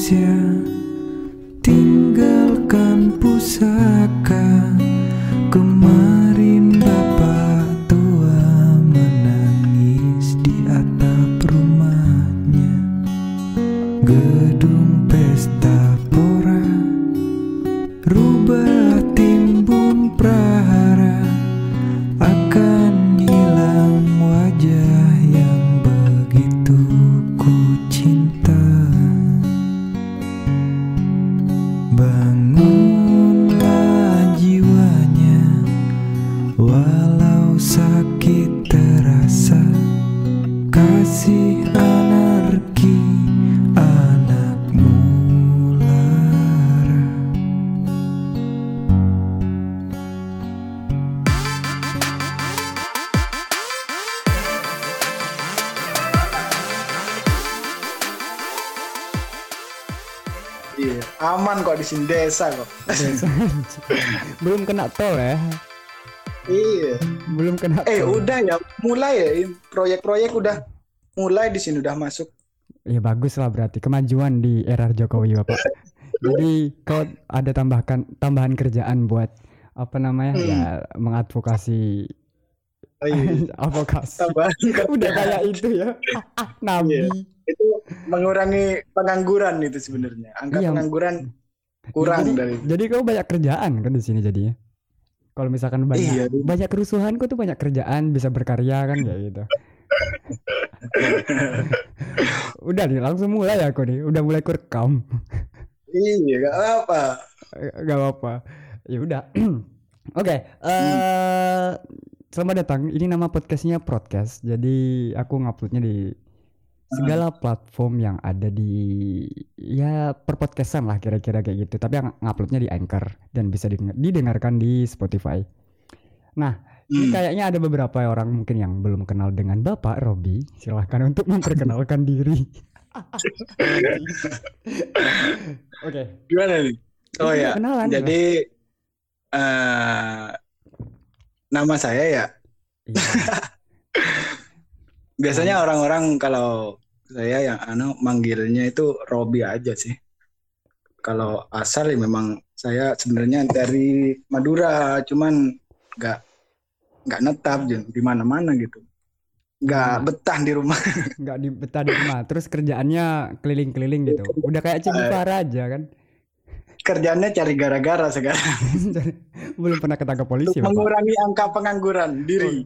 Indonesia, tinggalkan pusaka. Kemarin bapak tua menangis di atap rumahnya. Gedung pesta pora rubah timbun prahara, akan hilang wajah yang begitu ku cinta. Bangunlah jiwanya, walau sakit terasa. Kasih anarki anakmu lara. Iya, aman kok di sini, desa kok. Belum kena tol ya? Iya. Belum kena tol. Udah ya, mulai ya. Proyek-proyek udah mulai di sini, udah masuk. Ya bagus lah, berarti kemajuan di era Jokowi Bapak. Jadi kau ada tambahan kerjaan buat apa namanya ya, mengadvokasi advokasi. Tambahan Udah kayak itu ya. Nabi. Itu mengurangi pengangguran itu sebenarnya. Angka Iya. pengangguran kurang dari. Jadi kau banyak kerjaan kan di sini jadinya. Kalau misalkan banyak kerusuhan, kau tuh banyak kerjaan, bisa berkarya kan kayak gitu. Udah nih, langsung mulai aku nih. Udah mulai kurekam. Iya, gak apa. Gak apa-apa. Ya udah. Oke. Selamat datang. Ini nama podcastnya Podcast. Jadi aku nguploadnya di segala platform yang ada di ya perpodcastan lah kira-kira kayak gitu. Tapi yang nguploadnya di Anchor dan bisa didengarkan di Spotify. Nah, ini kayaknya ada beberapa orang mungkin yang belum kenal dengan Bapak Robi. Silahkan untuk memperkenalkan diri. Oke. Gimana nih? Oh Ini ya, kenalan, jadi nama saya ya. Iya. Biasanya orang-orang kalau saya yang manggilnya itu Robi aja sih. Kalau asal ya memang saya sebenarnya dari Madura, cuman nggak netap di mana-mana gitu. Nggak betah di rumah. Nggak betah di rumah. Terus kerjaannya keliling-keliling gitu. Udah kayak Cibupara aja kan. Kerjaannya cari gara-gara sekarang. Belum pernah ketangkap polisi, Bapak. Mengurangi angka pengangguran diri.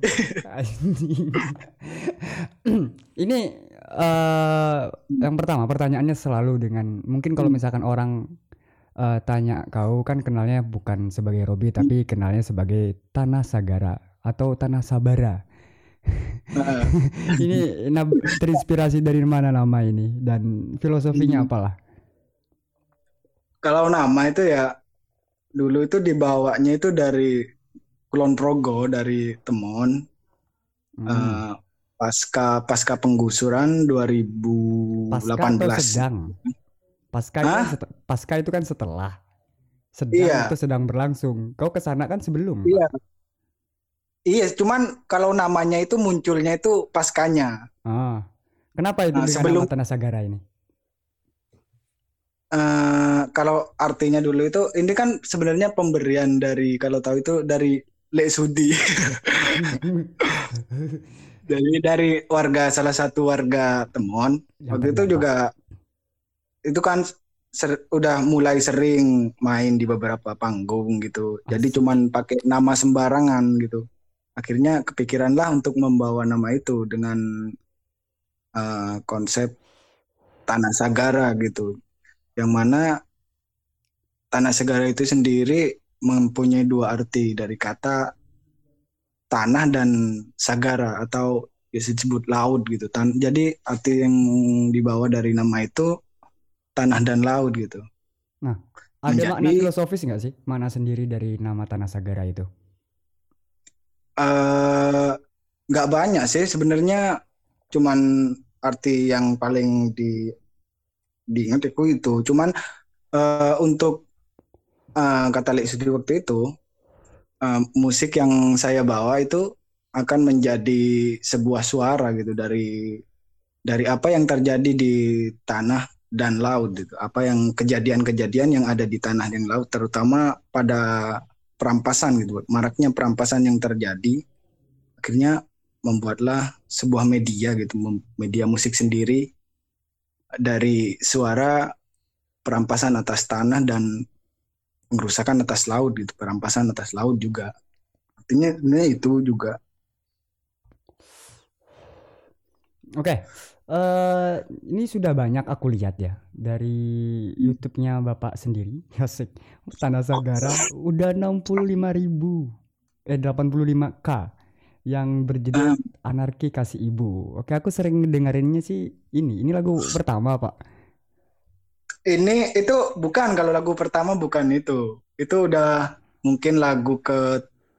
Ini yang pertama, pertanyaannya selalu dengan mungkin kalau misalkan orang tanya kau kan kenalnya bukan sebagai Robi tapi kenalnya sebagai Tanah Sagara atau Tanah Sabara. Ini terinspirasi dari mana nama ini dan filosofinya apalah? Kalau nama itu ya dulu itu dibawanya itu dari Kulon Progo, dari Temon. Pasca penggusuran 2018. Pasca atau sedang? Pasca itu kan setelah. Sedang Iya. itu sedang berlangsung. Kau kesana kan sebelum? Iya. Iya, cuman kalau namanya itu munculnya itu paskanya. Kenapa itu dengan nama Tanah Sagara ini? Kalau artinya dulu itu ini kan sebenarnya pemberian dari, kalau tahu itu dari Lek Sudi. dari salah satu warga Temon. Waktu itu juga itu kan udah mulai sering main di beberapa panggung gitu. Jadi cuman pakai nama sembarangan gitu. Akhirnya kepikiranlah untuk membawa nama itu dengan konsep Tanah Sagara gitu. Yang mana Tanah Sagara itu sendiri mempunyai dua arti dari kata tanah dan sagara atau disebut laut gitu. Jadi arti yang dibawa dari nama itu tanah dan laut gitu. Nah, ada makna filosofis nggak sih? Makna sendiri dari nama Tanah Sagara itu? Nggak banyak sih sebenarnya, cuman arti yang paling diingat itu. Cuman untuk kata Lek Sudi waktu itu, musik yang saya bawa itu akan menjadi sebuah suara gitu dari apa yang terjadi di tanah dan laut gitu. Apa yang kejadian-kejadian yang ada di tanah dan laut, terutama pada perampasan gitu. Maraknya perampasan yang terjadi, akhirnya membuatlah sebuah media gitu, media musik sendiri dari suara perampasan atas tanah dan pengerusakan atas laut gitu, perampasan atas laut juga. Artinya sebenarnya itu juga. Oke, ini sudah banyak aku lihat ya dari YouTube-nya Bapak sendiri, asik. Tanah Sagara udah 65.000, 85K yang berjudul Ah, Anarki Kasih Ibu. Oke, aku sering dengerinnya sih ini lagu pertama, Pak. ini itu bukan, kalau lagu pertama bukan itu. Itu udah mungkin lagu ke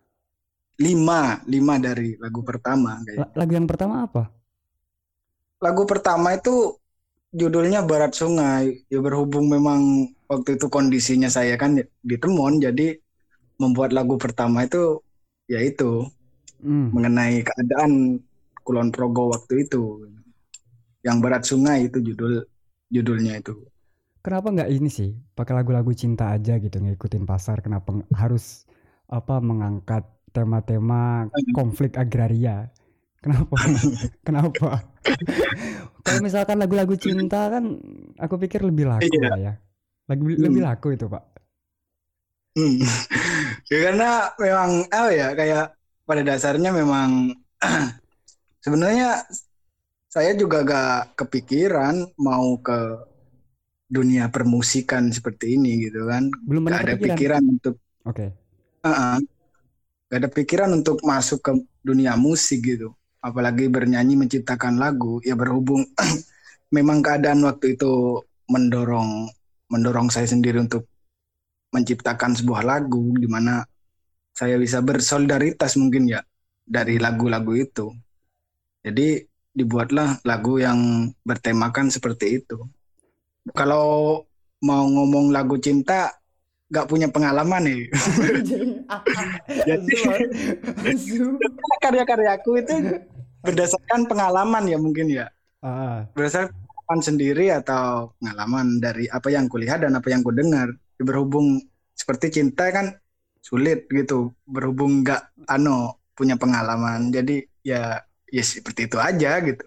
lima dari lagu pertama kayaknya. Lagu yang pertama apa? Lagu pertama itu judulnya Barat Sungai. Ya berhubung memang waktu itu kondisinya saya kan di Temon, jadi membuat lagu pertama itu yaitu Hmm. mengenai keadaan Kulon Progo waktu itu. Yang Barat Sungai itu judulnya itu. Kenapa nggak ini sih pakai lagu-lagu cinta aja gitu ngikutin pasar? Kenapa harus apa mengangkat tema-tema konflik agraria? Kenapa? Kenapa? Kalau misalkan lagu-lagu cinta kan aku pikir lebih laku Iya. lah ya. Lebih Hmm. laku itu, Pak. Hmm. Ya, karena memang apa ya, kayak pada dasarnya memang sebenarnya saya juga gak kepikiran mau ke dunia permusikan seperti ini gitu kan. Belum pernah Gak ada kepikiran. pikiran untuk Oke. uh-uh, gak ada pikiran untuk masuk ke dunia musik gitu. Apalagi bernyanyi menciptakan lagu. Ya berhubung memang keadaan waktu itu mendorong mendorong saya sendiri untuk menciptakan sebuah lagu di mana saya bisa bersolidaritas mungkin ya dari lagu-lagu itu. Jadi dibuatlah lagu yang bertemakan seperti itu. Kalau mau ngomong lagu cinta, gak punya pengalaman nih. Jadi karya-karyaku itu berdasarkan pengalaman ya mungkin ya. Ah, Berdasarkan pengalaman sendiri atau pengalaman dari apa yang kulihat dan apa yang kudengar. Berhubung seperti cinta kan sulit gitu. Berhubung gak punya pengalaman. Jadi ya seperti itu aja gitu.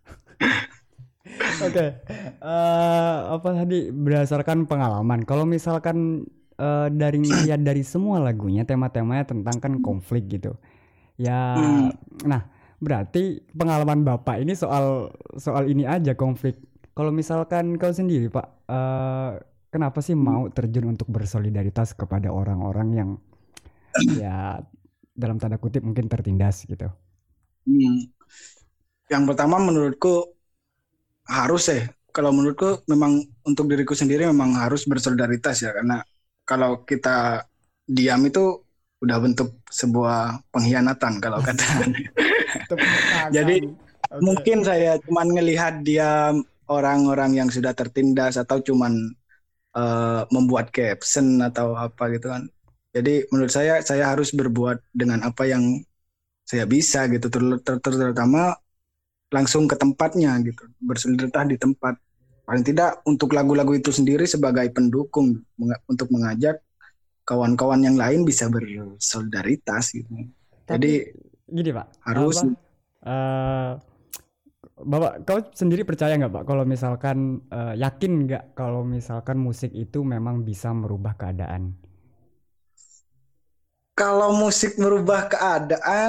Oke. Apa tadi berdasarkan pengalaman. Kalau misalkan dari ngelihat dari semua lagunya tema-temanya tentang kan konflik gitu. Ya, Hmm. nah berarti pengalaman Bapak ini soal ini aja konflik. Kalau misalkan kau sendiri, Pak, kenapa sih mau terjun untuk bersolidaritas kepada orang-orang yang ya dalam tanda kutip mungkin tertindas gitu? Hmm. Yang pertama menurutku harus kalau menurutku memang untuk diriku sendiri memang harus bersolidaritas ya, karena kalau kita diam itu udah bentuk sebuah pengkhianatan kalau kata. Jadi mungkin saya cuman ngelihat diam orang-orang yang sudah tertindas atau cuman membuat caption atau apa gitu kan. Jadi menurut saya harus berbuat dengan apa yang saya bisa gitu, terutama langsung ke tempatnya gitu, bersolidaritas di tempat. Paling tidak untuk lagu-lagu itu sendiri sebagai pendukung untuk mengajak kawan-kawan yang lain bisa bersolidaritas gitu. Tapi Jadi gini, Pak, harus apa? eh, Bapak, kau sendiri percaya nggak, Pak, kalau misalkan yakin nggak kalau misalkan musik itu memang bisa merubah keadaan? kalau musik merubah keadaan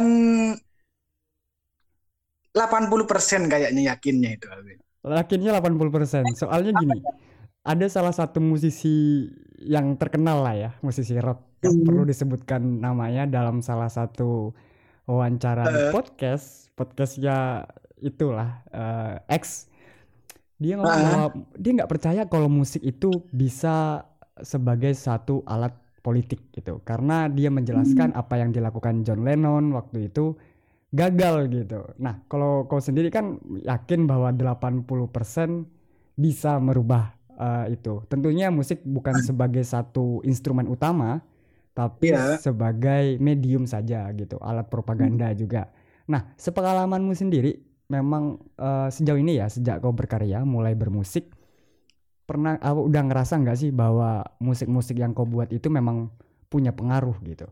80% kayaknya yakinnya itu. Yakinnya 80%. Soalnya gini, ada salah satu musisi yang terkenal lah ya, musisi rock, nggak perlu disebutkan namanya, dalam salah satu wawancara di podcastnya itulah X, dia ngomong bahwa dia nggak percaya kalau musik itu bisa sebagai satu alat politik gitu, karena dia menjelaskan apa yang dilakukan John Lennon waktu itu gagal gitu. Nah, kalau kau sendiri kan yakin bahwa 80% bisa merubah itu. Tentunya musik bukan sebagai satu instrumen utama, tapi Iya. sebagai medium saja gitu, alat propaganda juga. Nah, sepengalamanmu sendiri, memang sejauh ini ya, sejak kau berkarya, mulai bermusik, pernah udah ngerasa nggak sih bahwa musik-musik yang kau buat itu memang punya pengaruh gitu?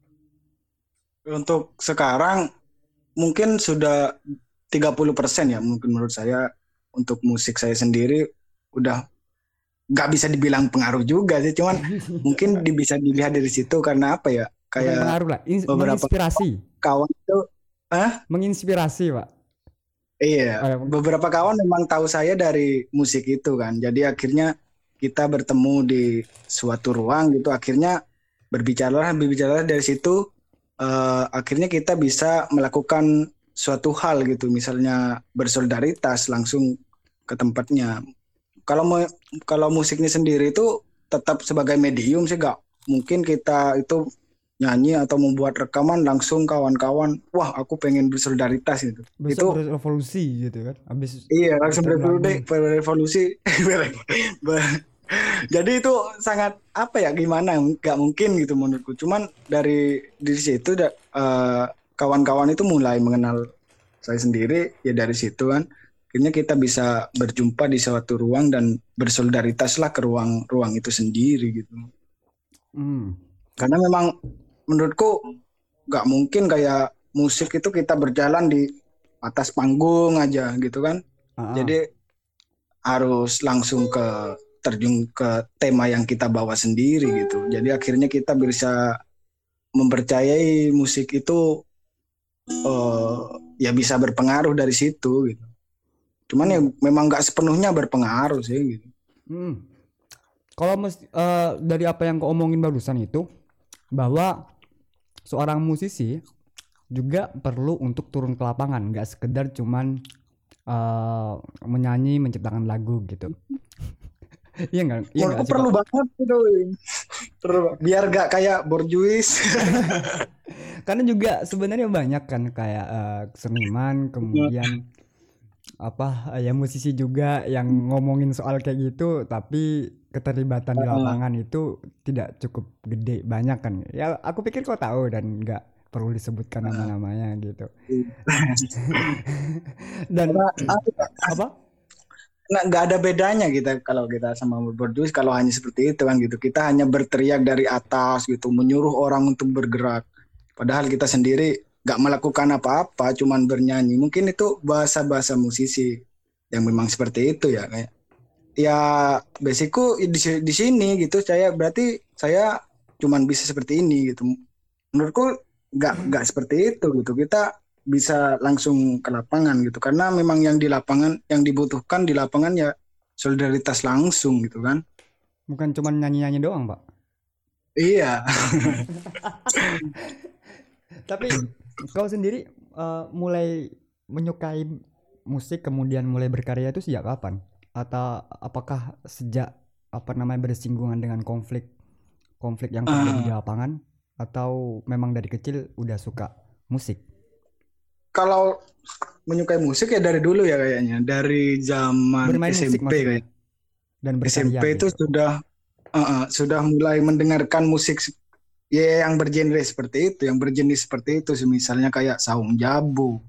Untuk sekarang mungkin sudah 30% ya mungkin menurut saya. Untuk musik saya sendiri udah nggak bisa dibilang pengaruh juga sih, cuman mungkin bisa dilihat dari situ karena apa ya, Bukan kayak pengaruh lah, beberapa menginspirasi. kawan itu Menginspirasi, Pak. iya, beberapa kawan memang tahu saya dari musik itu kan, jadi akhirnya kita bertemu di suatu ruang gitu, akhirnya berbicara dari situ, akhirnya kita bisa melakukan suatu hal gitu, misalnya bersolidaritas langsung ke tempatnya. Kalau musiknya sendiri itu tetap sebagai medium sih, gak mungkin kita itu nyanyi atau membuat rekaman langsung kawan-kawan, wah aku pengen bersolidaritas gitu. Besok Itu berevolusi gitu kan. Habis iya langsung bikin lagu. berevolusi. Jadi itu sangat apa ya, gimana, nggak mungkin gitu menurutku. Cuman dari situ kawan-kawan itu mulai mengenal saya sendiri ya dari situ kan. Akhirnya kita bisa berjumpa di suatu ruang dan bersolidaritaslah ke ruang itu sendiri gitu. Karena memang menurutku nggak mungkin kayak musik itu kita berjalan di atas panggung aja gitu kan. Jadi harus langsung terjun ke tema yang kita bawa sendiri gitu. Jadi akhirnya kita bisa mempercayai musik itu ya bisa berpengaruh dari situ gitu. Cuman ya memang nggak sepenuhnya berpengaruh sih gitu. Kalau dari apa yang kau omongin barusan itu, bahwa seorang musisi juga perlu untuk turun ke lapangan, nggak sekedar cuman menyanyi, menciptakan lagu gitu. Iya nggak? Iya nggak sih, perlu Pak? banget gitu. Biar nggak kayak borjuis. Karena juga sebenarnya banyak kan kayak seniman, kemudian ya musisi juga yang ngomongin soal kayak gitu, tapi keterlibatan di lapangan itu tidak cukup gede, banyak kan. Ya aku pikir kau tahu dan nggak perlu disebutkan nama-namanya gitu. Dan apa? Nah, nggak ada bedanya kita kalau kita sama borjuis, kalau hanya seperti itu kan gitu. Kita hanya berteriak dari atas gitu, menyuruh orang untuk bergerak. Padahal kita sendiri nggak melakukan apa-apa, cuman bernyanyi. Mungkin itu bahasa-bahasa musisi yang memang seperti itu ya, kayak ya basicku di sini gitu. Berarti saya cuman bisa seperti ini gitu. Menurutku nggak seperti itu gitu. Kita bisa langsung ke lapangan gitu, karena memang yang di lapangan, yang dibutuhkan di lapangan ya solidaritas langsung gitu kan. Bukan cuman nyanyi-nyanyi doang, Pak. Iya. Tapi kau sendiri mulai menyukai musik kemudian mulai berkarya itu sejak kapan? Atau apakah sejak bersinggungan dengan konflik yang terjadi di lapangan, atau memang dari kecil udah suka musik? Kalau menyukai musik ya dari dulu ya kayaknya, dari zaman Bermain SMP musik kayak. dan SMP gitu. itu sudah mulai mendengarkan musik ya yang bergenre seperti itu, yang berjenis seperti itu, misalnya kayak Saung Jabu,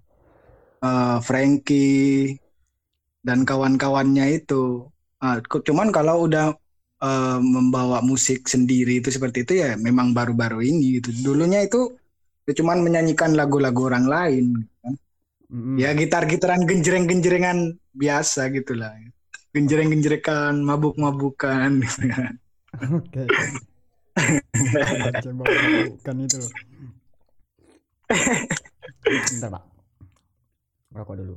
Frankie dan kawan-kawannya itu. Cuman kalau udah membawa musik sendiri itu seperti itu ya memang baru-baru ini gitu. Dulunya itu cuman menyanyikan lagu-lagu orang lain kan. Ya gitar-gitaran, genjreng-genjrengan biasa gitulah. Genjreng-genjrekan, mabuk-mabukan gitu kan. Oke. Bukan itu loh. Bentar, Pak. Rokok dulu.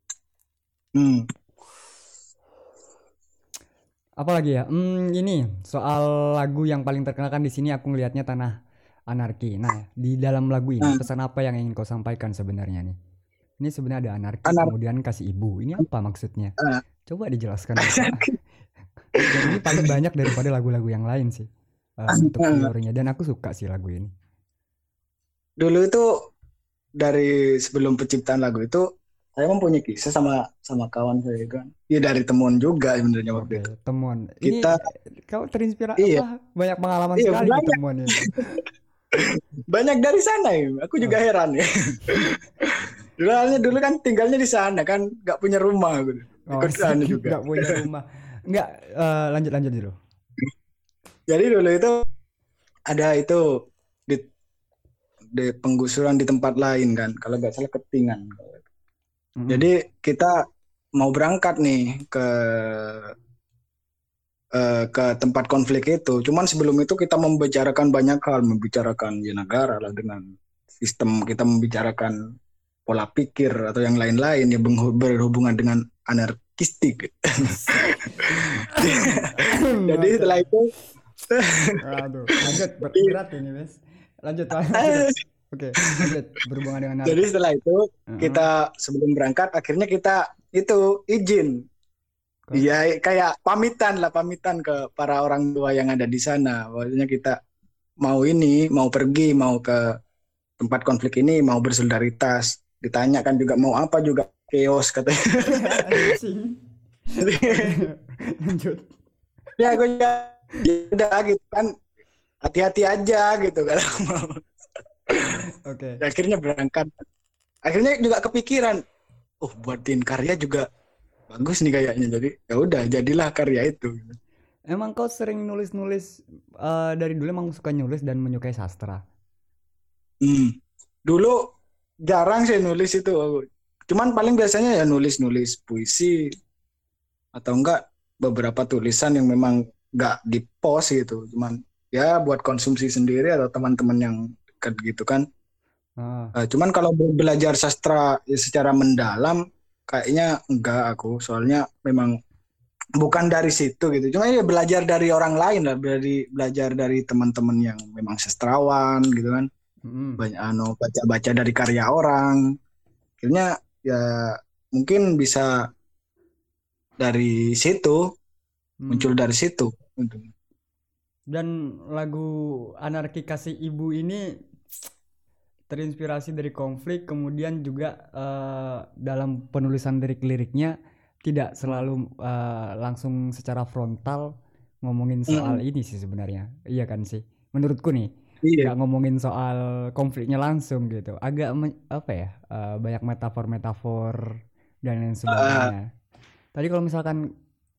Apalagi ya? Ini soal lagu yang paling terkenal kan di sini aku ngelihatnya Tanah Anarki. Nah, di dalam lagu ini pesan apa yang ingin kau sampaikan sebenarnya nih? Ini sebenarnya ada anarki kemudian kasih ibu. Ini apa maksudnya? Coba dijelaskan. Dan ini paling banyak daripada lagu-lagu yang lain sih. Untuk teorinya, dan aku suka sih lagu ini. Dulu itu dari sebelum penciptaan lagu itu saya mempunyai kisah sama kawan saya kan. Ya dari temuan juga sebenarnya waktu itu. Temuan. Kita kau terinspirasi banyak pengalaman sekali di temuan ini. Banyak dari sana ya. Aku juga heran ya. Dulu kan tinggalnya di sana kan, nggak punya rumah gitu. Ikut sana juga. Nggak punya rumah. Enggak, lanjut dulu. Jadi dulu itu ada itu di, di penggusuran di tempat lain kan, kalau nggak salah Kepingan. Jadi kita mau berangkat nih ke tempat konflik itu. Cuman sebelum itu kita membicarakan banyak hal, membicarakan ya negara lah dengan sistem, kita membicarakan pola pikir atau yang lain-lain yang berhubungan dengan anarkistik. Jadi setelah itu, aduh, lanjut berat ini, Mas. Lanjut. Oke, lanjut berhubungan dengan jadi setelah itu kita sebelum berangkat akhirnya kita itu izin. Iya, kayak pamitan ke para orang tua yang ada di sana. Maksudnya kita mau pergi, mau ke tempat konflik ini, mau bersolidaritas. Ditanyakan juga mau apa juga, chaos katanya. Lanjut. Ya gue udah gitu kan, hati-hati aja gitu kalau mau. Oke. Akhirnya berangkat. Akhirnya juga kepikiran, buatin karya juga bagus nih kayaknya. Jadi ya udah, jadilah karya itu. Emang kau sering nulis dari dulu emang suka nulis dan menyukai sastra? Dulu jarang sih nulis itu. Cuman paling biasanya ya nulis puisi atau enggak beberapa tulisan yang memang enggak di-post gitu. Cuman ya buat konsumsi sendiri atau teman-teman yang dekat gitu kan. Cuman kalau belajar sastra ya secara mendalam kayaknya enggak aku, soalnya memang bukan dari situ gitu. Cuma ya belajar dari orang lain lah, belajar dari teman-teman yang memang sastrawan gitu kan. Banyak baca-baca dari karya orang. Akhirnya ya mungkin bisa dari situ, muncul dari situ. Dan lagu Anarki Kasih Ibu ini terinspirasi dari konflik, kemudian juga dalam penulisan lirik-liriknya tidak selalu langsung secara frontal ngomongin soal ini sih sebenarnya. Iya kan sih, menurutku nih. Nggak ngomongin soal konfliknya langsung gitu, agak banyak metafor dan lain sebagainya. Tadi kalau misalkan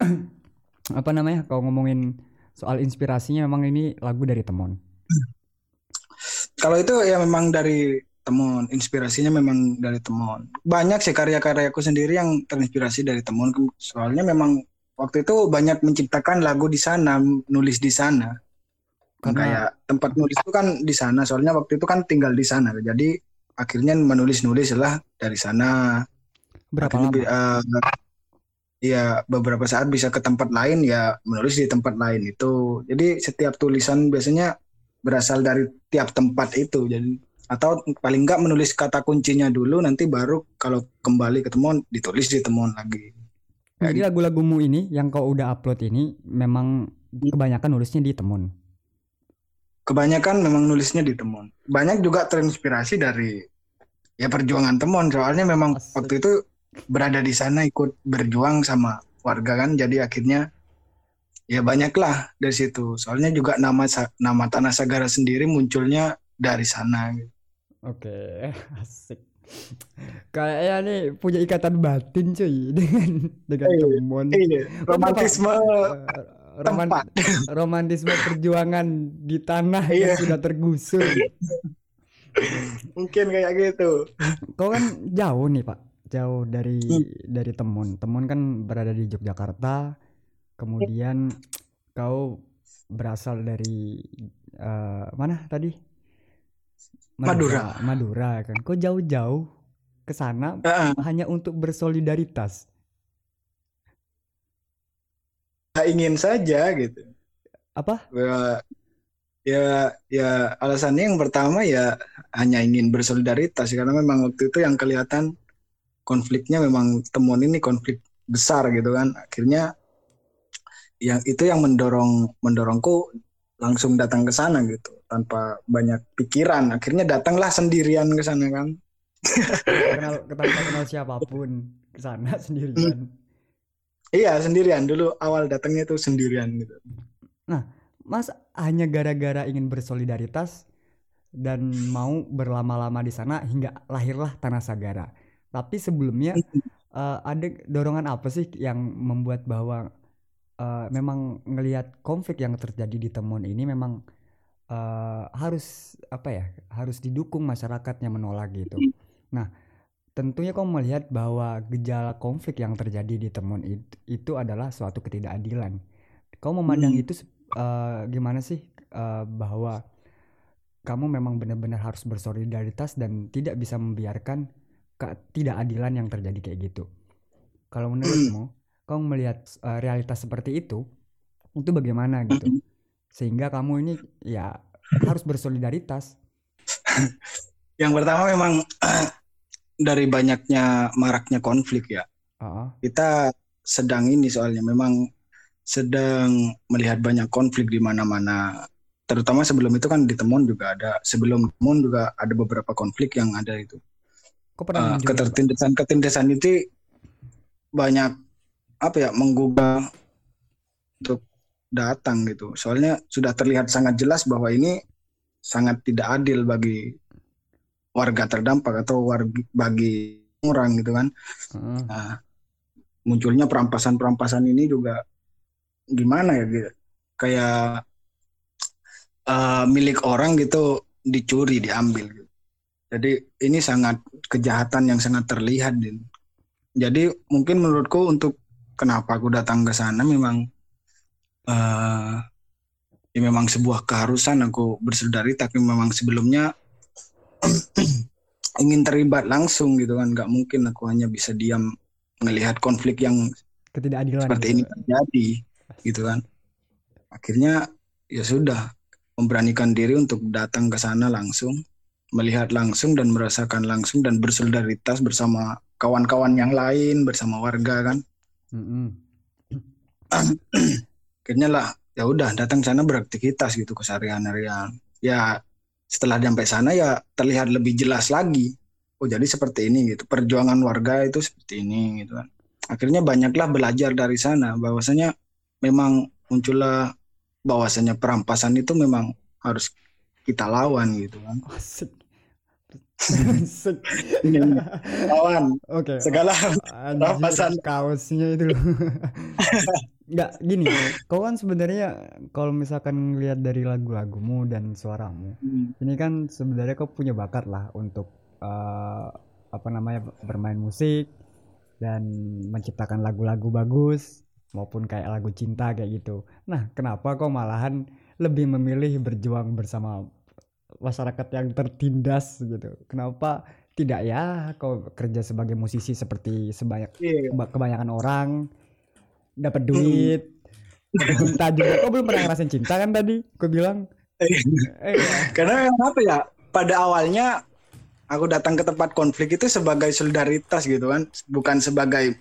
kau ngomongin soal inspirasinya, memang ini lagu dari Temon. Kalau itu ya memang dari Temon, inspirasinya memang dari Temon. Banyak sih karya-karyaku sendiri yang terinspirasi dari Temon, soalnya memang waktu itu banyak menciptakan lagu di sana, nulis di sana. Kayak tempat nulis itu kan di sana, soalnya waktu itu kan tinggal di sana, jadi akhirnya menulis lah dari sana. Berapa lama? Ya beberapa saat bisa ke tempat lain, ya menulis di tempat lain itu. Jadi setiap tulisan biasanya berasal dari tiap tempat itu. Jadi atau paling enggak menulis kata kuncinya dulu, nanti baru kalau kembali ke Temon ditulis di Temon lagi. Jadi lagu-lagumu ini yang kau udah upload ini memang kebanyakan nulisnya di Temon. Kebanyakan memang nulisnya di Temon. Banyak juga terinspirasi dari ya perjuangan Temon, soalnya memang waktu itu berada di sana ikut berjuang sama warga kan, jadi akhirnya ya banyaklah dari situ. Soalnya juga nama Tanah Sagara sendiri munculnya dari sana. Oke, asik. Kayaknya nih punya ikatan batin cuy dengan Temon. Romantisme tempat. Romantisme perjuangan di tanah yang sudah tergusur. Mungkin kayak gitu. Kau kan jauh nih Pak, jauh dari Temon. Temon kan berada di Yogyakarta. Kemudian kau berasal dari mana tadi? Madura kan. Kau jauh-jauh ke sana hanya untuk bersolidaritas. Ingin saja gitu. Apa? Ya alasannya yang pertama ya hanya ingin bersolidaritas, karena memang waktu itu yang kelihatan konfliknya memang Temon ini konflik besar gitu kan. Akhirnya yang itu yang mendorongku langsung datang ke sana gitu tanpa banyak pikiran. Akhirnya datanglah sendirian ke sana kan. Kenal siapapun, ke sana sendirian. Iya, sendirian dulu, awal datangnya tuh sendirian gitu. Nah, Mas hanya gara-gara ingin bersolidaritas dan mau berlama-lama di sana hingga lahirlah Tanah Sagara. Tapi sebelumnya ada dorongan apa sih yang membuat bahwa memang ngelihat konflik yang terjadi di Temon ini memang harus apa ya, harus didukung masyarakatnya menolak gitu. Nah, tentunya kau melihat bahwa gejala konflik yang terjadi di Temon itu adalah suatu ketidakadilan. Kau memandang itu gimana sih, bahwa kamu memang benar-benar harus bersolidaritas dan tidak bisa membiarkan ketidakadilan yang terjadi kayak gitu. Kalau menurutmu, kau melihat realitas seperti itu bagaimana gitu? Sehingga kamu ini ya harus bersolidaritas. Yang pertama memang dari banyaknya maraknya konflik ya. Kita sedang ini soalnya memang sedang melihat banyak konflik di mana-mana. Terutama sebelum itu kan di Temon juga ada, sebelum Temon juga ada beberapa konflik yang ada itu. Ketertindasan itu banyak apa ya, menggugah untuk datang gitu. Soalnya sudah terlihat sangat jelas bahwa ini sangat tidak adil bagi warga terdampak atau bagi orang gitu kan. Nah, munculnya perampasan ini juga gimana ya, gitu. Kayak milik orang gitu dicuri, diambil gitu. Jadi ini sangat kejahatan yang sangat terlihat. Jadi mungkin menurutku untuk kenapa aku datang ke sana memang ya memang sebuah keharusan aku bersolidaritas, tapi memang sebelumnya ingin terlibat langsung gitu kan. Nggak mungkin aku hanya bisa diam melihat konflik yang ketidakadilan seperti gitu ini terjadi gitu kan. Akhirnya ya sudah memberanikan diri untuk datang ke sana langsung, melihat langsung dan merasakan langsung dan bersolidaritas bersama kawan-kawan yang lain, bersama warga kan. Akhirnya lah ya udah datang sana beraktivitas gitu keseharian-harian. Ya setelah sampai sana ya terlihat lebih jelas lagi. Oh jadi seperti ini gitu. Perjuangan warga itu seperti ini gitu kan. Akhirnya banyaklah belajar dari sana bahwasanya memang muncullah bahwasanya perampasan itu memang harus kita lawan gitu kan. Asik. Lawan. Oke. Segala perampasan. Kaosnya itu. Enggak, gini, kau kan sebenarnya kalau misalkan lihat dari lagu-lagumu dan suaramu, ini kan sebenarnya kau punya bakat lah untuk bermain musik dan menciptakan lagu-lagu bagus maupun kayak lagu cinta kayak gitu. Nah, kenapa kau malahan lebih memilih berjuang bersama masyarakat yang tertindas gitu? Kenapa tidak ya kau kerja sebagai musisi seperti kebanyakan orang, dapat duit, cinta juga? Kau belum pernah ngerasain cinta kan tadi? Kau bilang. Karena apa ya? Pada awalnya aku datang ke tempat konflik itu sebagai solidaritas gitu kan, bukan sebagai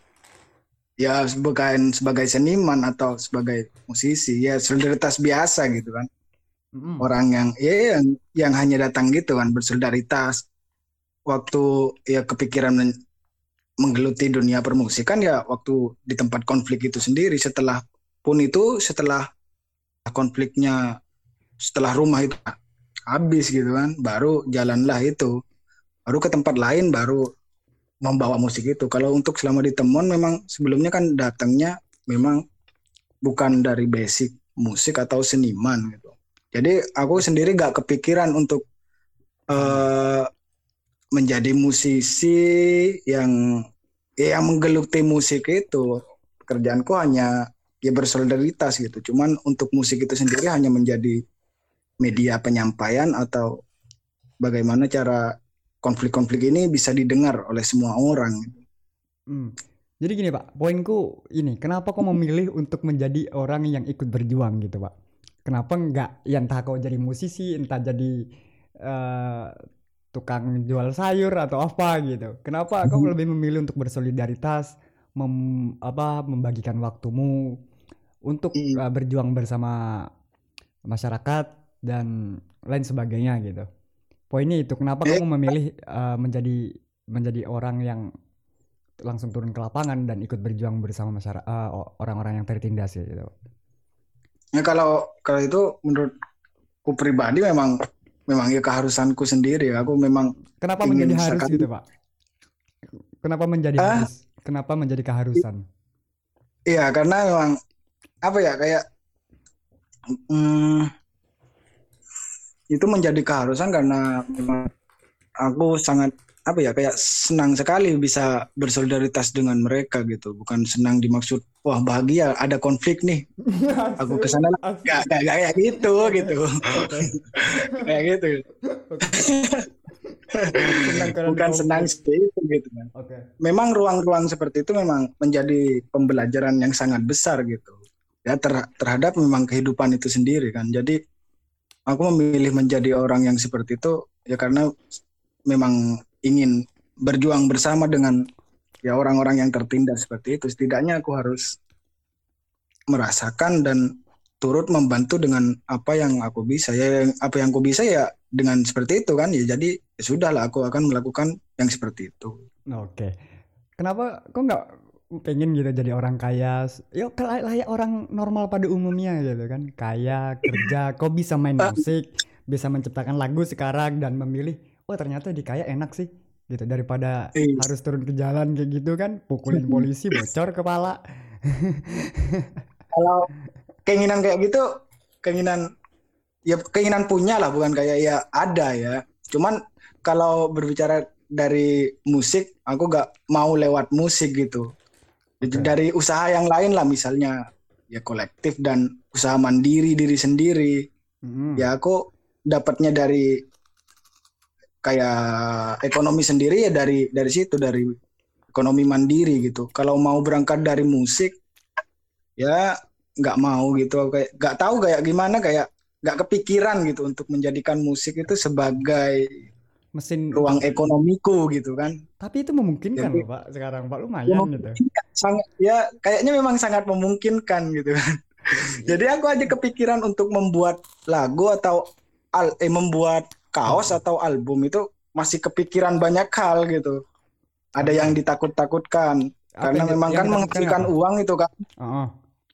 seniman atau sebagai musisi, ya solidaritas biasa gitu kan. Orang yang hanya datang gitu kan bersolidaritas. Waktu ya kepikiran menggeluti dunia permusikan ya waktu di tempat konflik itu sendiri. Setelah konfliknya, setelah rumah itu habis gitu kan, baru jalanlah itu, baru ke tempat lain, baru membawa musik itu. Kalau untuk selama di Temon memang sebelumnya kan datangnya memang bukan dari basic musik atau seniman gitu. Jadi aku sendiri gak kepikiran untuk menjadi musisi yang menggeluti musik itu. Pekerjaanku hanya ya bersolidaritas gitu. Cuman untuk musik itu sendiri hanya menjadi media penyampaian atau bagaimana cara konflik-konflik ini bisa didengar oleh semua orang. Jadi gini Pak, poinku ini, kenapa kau memilih untuk menjadi orang yang ikut berjuang gitu Pak? Kenapa enggak ya entah kau jadi musisi, entah jadi tukang jual sayur atau apa gitu? Kenapa kau lebih memilih untuk bersolidaritas, membagikan waktumu untuk berjuang bersama masyarakat dan lain sebagainya gitu? Poinnya itu, kenapa kamu memilih menjadi orang yang langsung turun ke lapangan dan ikut berjuang bersama masyarakat, orang-orang yang tertindas gitu? Ya kalau itu menurutku pribadi memang ya keharusanku sendiri. Aku memang kenapa menjadi harus gitu Pak? Kenapa menjadi harus? Kenapa menjadi keharusan? Iya karena memang apa ya kayak mm, itu menjadi keharusan karena memang aku sangat apa ya kayak senang sekali bisa bersolidaritas dengan mereka gitu. Bukan senang dimaksud wah bahagia ada konflik nih. Aku kesana lah. Gak kayak gitu gitu. Oke. Kayak gitu. Senang karena Bukan senang konflik. seperti itu gitu kan. Oke. Memang ruang-ruang seperti itu memang menjadi pembelajaran yang sangat besar gitu. Ya terhadap memang kehidupan itu sendiri kan. Jadi aku memilih menjadi orang yang seperti itu ya karena memang ingin berjuang bersama dengan ya orang-orang yang tertindas seperti itu. Setidaknya aku harus merasakan dan turut membantu dengan apa yang aku bisa. Ya apa yang aku bisa ya dengan seperti itu kan. Ya jadi ya sudahlah aku akan melakukan yang seperti itu. Oke. Kenapa kok nggak pengen gitu jadi orang kaya? Yuk layak orang normal pada umumnya gitu kan. Kaya, kerja, kok bisa main musik, bisa menciptakan lagu sekarang dan memilih, oh ternyata di kaya enak sih gitu daripada harus turun ke jalan kayak gitu kan, pukulin polisi bocor kepala. Kalau keinginan kayak gitu, keinginan punya lah, bukan kayak ya ada ya. Cuman kalau berbicara dari musik, aku gak mau lewat musik gitu. Jadi Oke. dari usaha yang lain lah, misalnya ya kolektif dan usaha mandiri diri sendiri. Mm. Ya aku dapatnya dari kayak ekonomi sendiri ya dari situ, dari ekonomi mandiri gitu. Kalau mau berangkat dari musik ya nggak mau gitu, kayak nggak tahu kayak gimana, kayak nggak kepikiran gitu untuk menjadikan musik itu sebagai Mesin ruang untuk, ekonomiku gitu kan. tapi itu memungkinkan Jadi loh Pak sekarang Pak, ya, lumayan gitu. sangat ya kayaknya memang sangat memungkinkan gitu kan. Jadi aku aja kepikiran untuk membuat lagu atau membuat kaos atau album itu masih kepikiran banyak hal gitu. Ada yang ditakut-takutkan Apa karena memang yang kan ditakutkan menghasilkan apa? uang itu kan. Oh,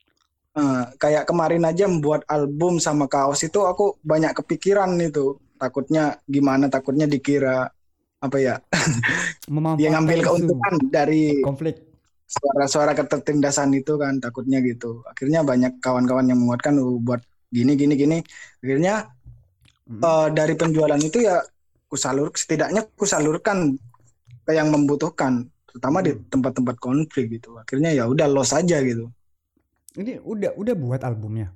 Kayak kemarin aja membuat album sama kaos itu aku banyak kepikiran itu. Takutnya dikira apa ya? Dia memanfaatkan ngambil isu keuntungan dari konflik. suara-suara ketertindasan itu kan, takutnya gitu. Akhirnya banyak kawan-kawan yang menguatkan buat gini gini gini. Akhirnya dari penjualan itu ya setidaknya kusalurkan ke yang membutuhkan, terutama di tempat-tempat konflik gitu. Akhirnya ya udah los aja gitu. Ini udah buat albumnya.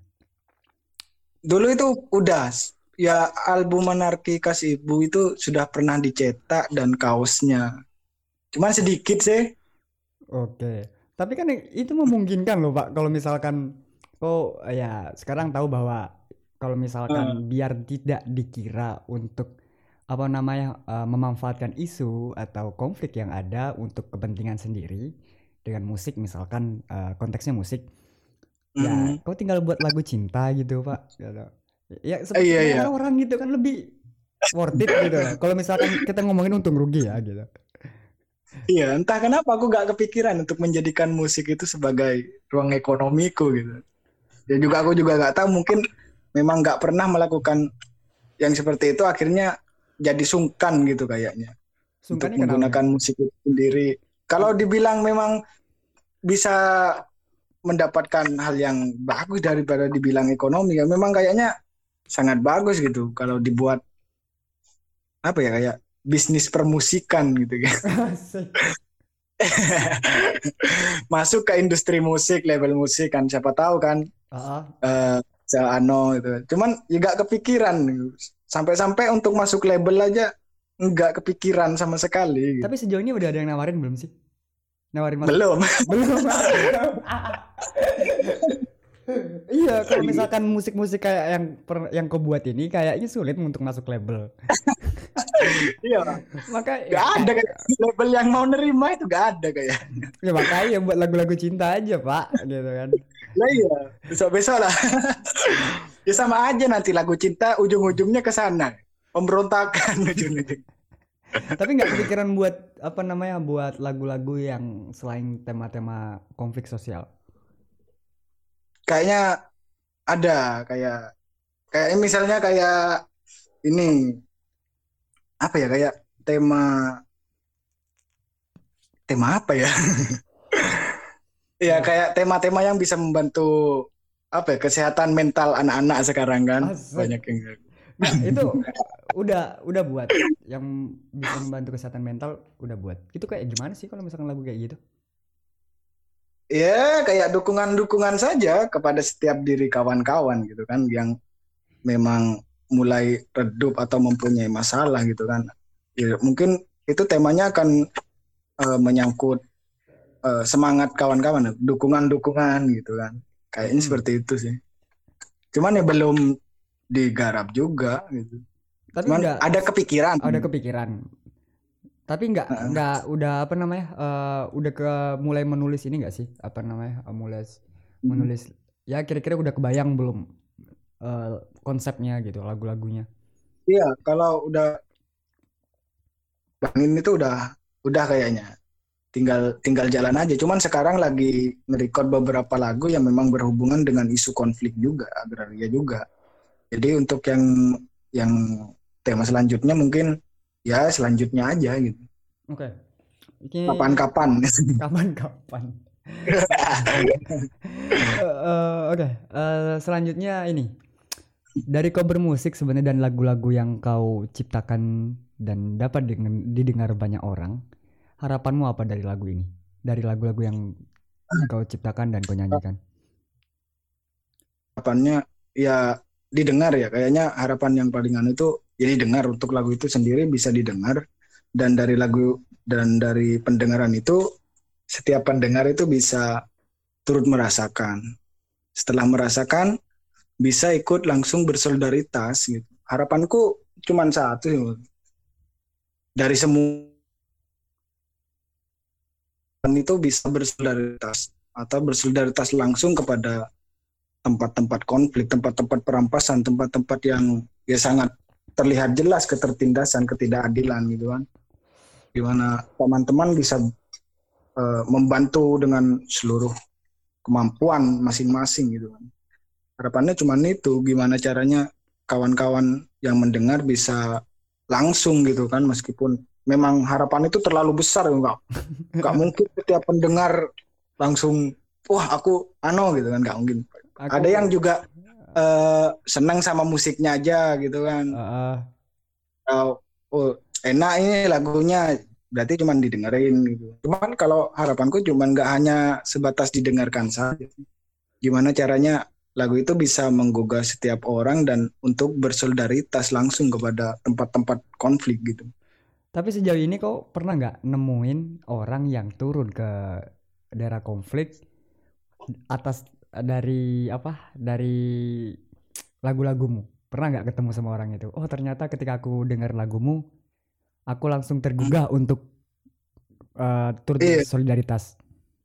Dulu itu udah ya album Anarki Kasih Ibu itu sudah pernah dicetak dan kaosnya. Cuman sedikit sih. Oke. Tapi kan itu memungkinkan loh Pak, kalau misalkan ya sekarang tahu bahwa kalau misalkan biar tidak dikira untuk apa namanya memanfaatkan isu atau konflik yang ada untuk kepentingan sendiri dengan musik, misalkan konteksnya musik, ya kau tinggal buat lagu cinta gitu Pak gitu. Ya seperti Iya. orang-orang gitu kan lebih worth it gitu loh. Kalau misalkan kita ngomongin untung rugi ya gitu. Iya, entah kenapa aku gak kepikiran untuk menjadikan musik itu sebagai ruang ekonomiku gitu. Ya juga aku juga gak tahu, mungkin memang gak pernah melakukan yang seperti itu, akhirnya jadi sungkan gitu kayaknya. Untuk Sungkannya kenapa? menggunakan musik itu sendiri. Kalau dibilang memang bisa mendapatkan hal yang bagus daripada dibilang ekonomi, ya memang kayaknya sangat bagus gitu kalau dibuat apa ya kayak bisnis permusikan gitu kan. Asik. Masuk ke industri musik, label musik kan, siapa tahu kan itu. Cuman ya gak kepikiran sampai untuk masuk label aja nggak kepikiran sama sekali gitu. Tapi sejauh ini udah ada yang nawarin belum sih? Nawarin masuk? Belum. Iya, kalau misalkan musik-musik kayak yang kau buat ini kayaknya sulit untuk masuk label. Iya. Maka Gak ada kayak label yang mau nerima itu, gak ada kayaknya. ya makanya buat lagu-lagu cinta aja Pak, gitu kan. Lah iya, besok-besok lah. Ya sama aja nanti lagu cinta ujung-ujungnya ke sana, pemberontakan ujung-ujung. Tapi nggak kepikiran buat apa namanya, buat lagu-lagu yang selain tema-tema konflik sosial? Kayaknya ada kayak misalnya kayak ini apa ya, kayak tema apa ya? Ya kayak tema-tema yang bisa membantu apa ya, kesehatan mental anak-anak sekarang kan Asik. banyak yang Nah, itu udah buat yang bisa membantu kesehatan mental, udah buat. Itu kayak gimana sih kalau misalkan lagu kayak gitu? ya kayak dukungan-dukungan saja kepada setiap diri kawan-kawan gitu kan yang memang mulai redup atau mempunyai masalah gitu kan. Ya, mungkin itu temanya akan menyangkut semangat kawan-kawan, dukungan-dukungan gitu kan. Kayaknya seperti itu sih. Cuman ya belum digarap juga gitu. Tapi Cuman udah ada kepikiran. ada kepikiran. Tapi nggak udah apa namanya? Udah mulai menulis ini nggak sih? Apa namanya? Menulis ya kira-kira udah kebayang belum konsepnya gitu, lagu-lagunya. Iya, kalau udah bangin itu udah kayaknya. Tinggal jalan aja. Cuman sekarang lagi nge-record beberapa lagu yang memang berhubungan dengan isu konflik juga, agraria juga. Jadi untuk yang tema selanjutnya mungkin ya selanjutnya aja gitu. Oke. Ini Kapan-kapan. kapan-kapan. Oke. Selanjutnya ini dari kau bermusik sebenarnya dan lagu-lagu yang kau ciptakan dan dapat didengar banyak orang, harapanmu apa dari lagu ini? Dari lagu-lagu yang kau ciptakan dan kau nyanyikan? Harapannya ya didengar ya. Kayaknya harapan yang paling anu itu ya didengar, untuk lagu itu sendiri bisa didengar, dan dari lagu dan dari pendengaran itu setiap pendengar itu bisa turut merasakan. Setelah merasakan bisa ikut langsung bersolidaritas gitu. Harapanku cuma satu sih, dari semua itu bisa bersolidaritas atau bersolidaritas langsung kepada tempat-tempat konflik, tempat-tempat perampasan, tempat-tempat yang ya sangat terlihat jelas ketertindasan, ketidakadilan gitu kan. Gimana teman-teman bisa membantu dengan seluruh kemampuan masing-masing gitu kan. Harapannya cuma itu, gimana caranya kawan-kawan yang mendengar bisa langsung gitu kan, meskipun memang harapan itu terlalu besar, nggak mungkin setiap pendengar langsung wah aku gitu kan, nggak mungkin. Ada yang juga senang sama musiknya aja gitu kan. Oh enak ini lagunya, berarti cuma didengerin gitu. Cuman kalau harapanku cuma nggak hanya sebatas didengarkan saja. Gimana caranya lagu itu bisa menggugah setiap orang dan untuk bersolidaritas langsung kepada tempat-tempat konflik gitu. Tapi sejauh ini kau pernah nggak nemuin orang yang turun ke daerah konflik dari lagu-lagumu? Pernah nggak ketemu sama orang itu? Oh ternyata ketika aku dengar lagumu, aku langsung tergugah untuk turut solidaritas.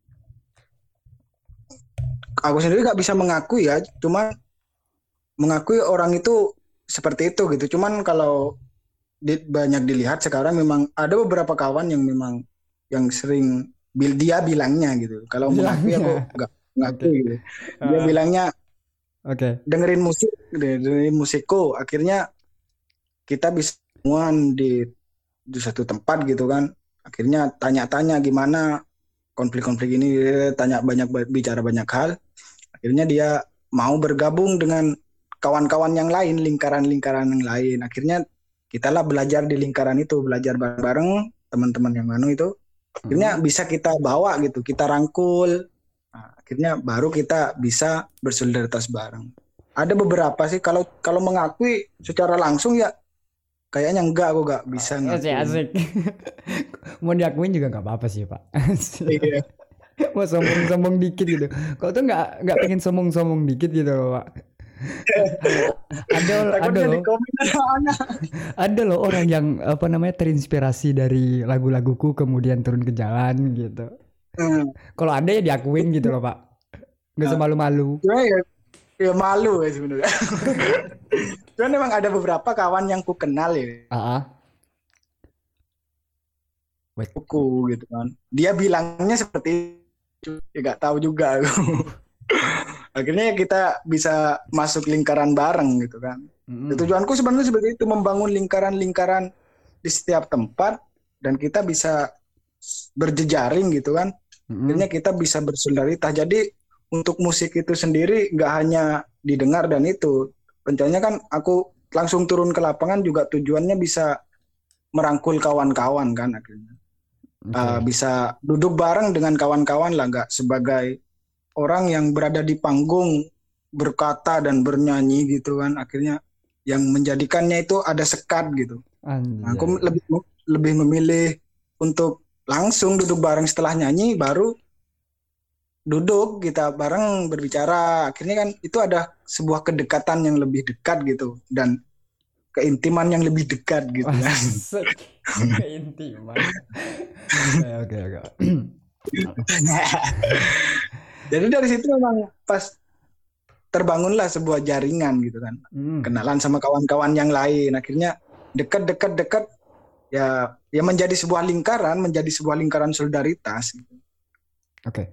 Aku sendiri nggak bisa mengakui ya, cuma mengakui orang itu seperti itu gitu. Cuman kalau banyak dilihat sekarang memang ada beberapa kawan yang memang yang sering dia bilangnya gitu. Kalau mengakui aku nggak mengakui gitu. Dia bilangnya dengerin musikku, akhirnya kita bisa temuan di satu tempat gitu kan. Akhirnya tanya-tanya gimana konflik-konflik ini, tanya bicara banyak hal. Akhirnya dia mau bergabung dengan kawan-kawan yang lain, lingkaran-lingkaran yang lain. Akhirnya kita lah belajar di lingkaran itu, belajar bareng teman-teman yang itu. Akhirnya bisa kita bawa gitu, kita rangkul. Nah, akhirnya baru kita bisa bersolidaritas bareng. Ada beberapa sih kalau mengakui secara langsung ya kayaknya aku nggak bisa ngakuin. Asik. Mau diakuin juga nggak apa-apa sih Pak. Iya. Mau sombong dikit gitu. Kau tuh nggak pengen sombong dikit gitu loh Pak. Ada loh orang yang terinspirasi dari lagu-laguku kemudian turun ke jalan gitu. Kalau ada ya diakuin gitu loh Pak. Nggak usah malu-malu. Ya malu ya sebenarnya. Cuman memang ada beberapa kawan yang ku kenal ya. Buku gitu kan. Dia bilangnya seperti itu, ya nggak tahu juga aku. Akhirnya kita bisa masuk lingkaran bareng gitu kan. Tujuanku sebenarnya seperti itu, membangun lingkaran-lingkaran di setiap tempat dan kita bisa berjejaring gitu kan. Akhirnya kita bisa bersolidaritas. Jadi untuk musik itu sendiri nggak hanya didengar dan itu. Rencananya kan aku langsung turun ke lapangan juga tujuannya bisa merangkul kawan-kawan kan akhirnya. Oke. Bisa duduk bareng dengan kawan-kawan lah, nggak sebagai orang yang berada di panggung berkata dan bernyanyi gitu kan. Akhirnya yang menjadikannya itu ada sekat gitu. Nah, aku Anjay. lebih memilih untuk langsung duduk bareng setelah nyanyi, baru duduk kita bareng berbicara. Akhirnya kan itu ada sebuah kedekatan yang lebih dekat gitu dan keintiman yang lebih dekat gitu kan. Asik. Keintiman. Oke, oke. Jadi dari situ memang pas terbangunlah sebuah jaringan gitu kan. Hmm. Kenalan sama kawan-kawan yang lain. Akhirnya dekat ya menjadi sebuah lingkaran solidaritas gitu. Oke.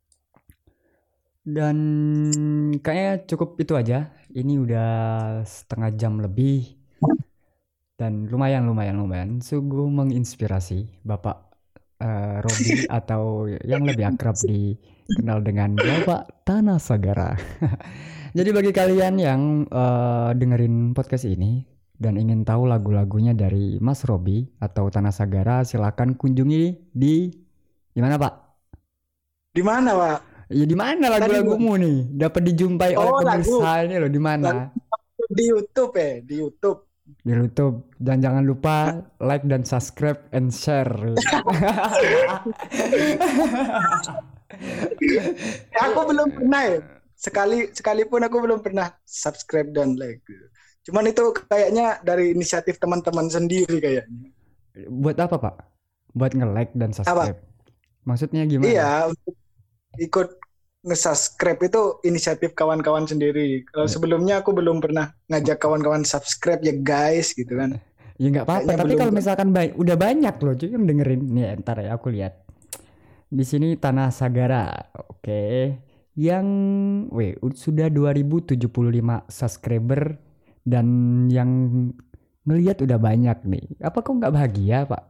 Dan kayaknya cukup itu aja. Ini udah setengah jam lebih dan lumayan. Sungguh menginspirasi Bapak Robi atau yang lebih akrab dikenal dengan Bapak Tanah Sagara. Jadi bagi kalian yang dengerin podcast ini dan ingin tahu lagu-lagunya dari Mas Robi atau Tanah Sagara, silakan kunjungi di mana, Pak? Di mana, Pak? Ya di mana lagu-lagumu nih? Dapat dijumpai oleh Oh, pemirsa ini loh, di mana? di YouTube di YouTube. Di YouTube. Dan jangan lupa like dan subscribe and share. Aku belum pernah ya. Sekalipun aku belum pernah subscribe dan like. Cuman itu kayaknya dari inisiatif teman-teman sendiri kayaknya. Buat apa, Pak? Buat nge-like dan subscribe. Maksudnya gimana? Iya, untuk ikut nge-subscribe itu inisiatif kawan-kawan sendiri. Kalau sebelumnya aku belum pernah ngajak kawan-kawan subscribe ya guys gitu kan. Ya nggak apa-apa. Kayaknya Tapi belum. kalau misalkan udah banyak loh cuy yang dengerin. Nih, ntar ya aku lihat. Di sini Tanah Sagara. Oke. Yang sudah 2075 subscriber dan yang ngelihat udah banyak nih. Apa kok nggak bahagia, Pak?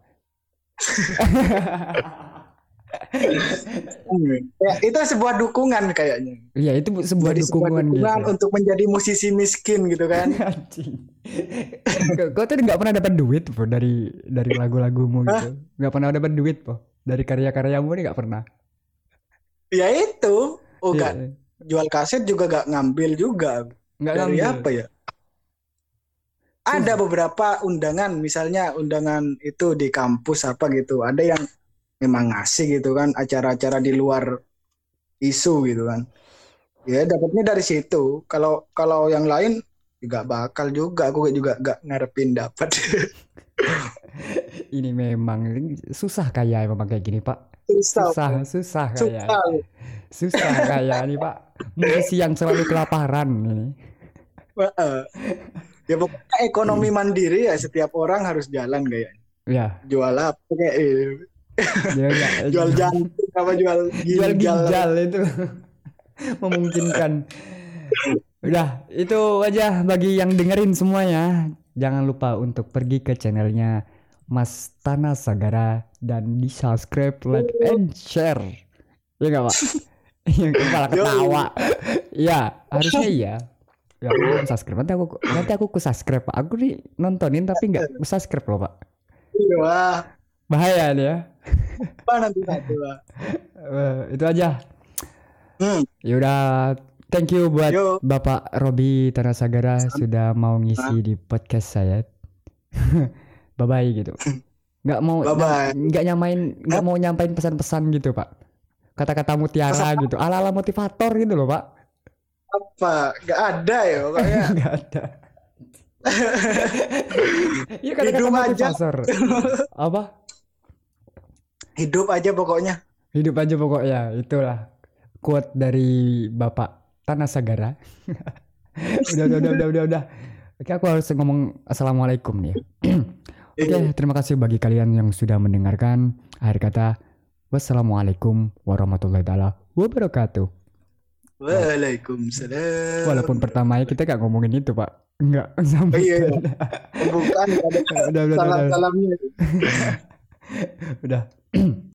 Ya, itu sebuah dukungan kayaknya. Iya, itu sebuah Jadi dukungan gitu. untuk menjadi musisi miskin gitu kan. Anjing. Kau tuh nggak pernah dapat duit po dari lagu-lagumu gitu. Nggak pernah dapat duit po dari karya-karyamu nih, nggak pernah. Ya itu, Iya. gak jual kaset juga gak ngambil juga. Nggak Dari ngambil. apa ya? Ada beberapa undangan, misalnya undangan itu di kampus apa gitu. Ada yang memang ngasih gitu kan, acara-acara di luar isu gitu kan. Ya dapatnya dari situ. Kalau yang lain juga bakal juga, aku juga gak ngarepin dapat. Ini memang susah kayak memang kayak gini, Pak. Susah kayak. Susah kayak nih, Pak. Musisi yang selalu kelaparan ini. Ya pokoknya ekonomi mandiri ya, setiap orang harus jalan kayaknya. Ya. Jual apa kayak jual jantung apa jual ginjal itu memungkinkan. Udah, itu aja bagi yang dengerin semuanya. Jangan lupa untuk pergi ke channelnya Mas Tanah Sagara dan di subscribe, like, and share. Ya nggak, Pak? Yang kepala ketawa. Ya, harusnya iya. Ya, aku belum subscribe. Nanti aku ke subscribe, Pak. Aku nih nontonin tapi nggak subscribe loh, Pak. Wah, bahaya nih ya. apa nanti satu lah. Itu aja. Ya udah, thank you buat Bapak Robi Tanah Sagara sudah mau ngisi di podcast saya. Bye bye gitu. Nggak mau nyamain pesan-pesan gitu, Pak. Kata-kata mutiara gitu, ala-ala motivator gitu loh, Pak. Apa? Nggak ada ya pokoknya. Nggak ada. Iya, kata-kata motivator. Apa? Hidup aja pokoknya. Hidup aja pokoknya, itulah quote dari Bapak Tanah Sagara. Udah. Oke, aku harus ngomong assalamualaikum nih. Oke, terima kasih bagi kalian yang sudah mendengarkan. Akhir kata, wassalamualaikum warahmatullahi wabarakatuh. Waalaikumsalam. Walaupun pertamanya kita gak ngomongin itu, Pak. Enggak sampai. Iya. Pembukaan ada salam-salamnya. Udah.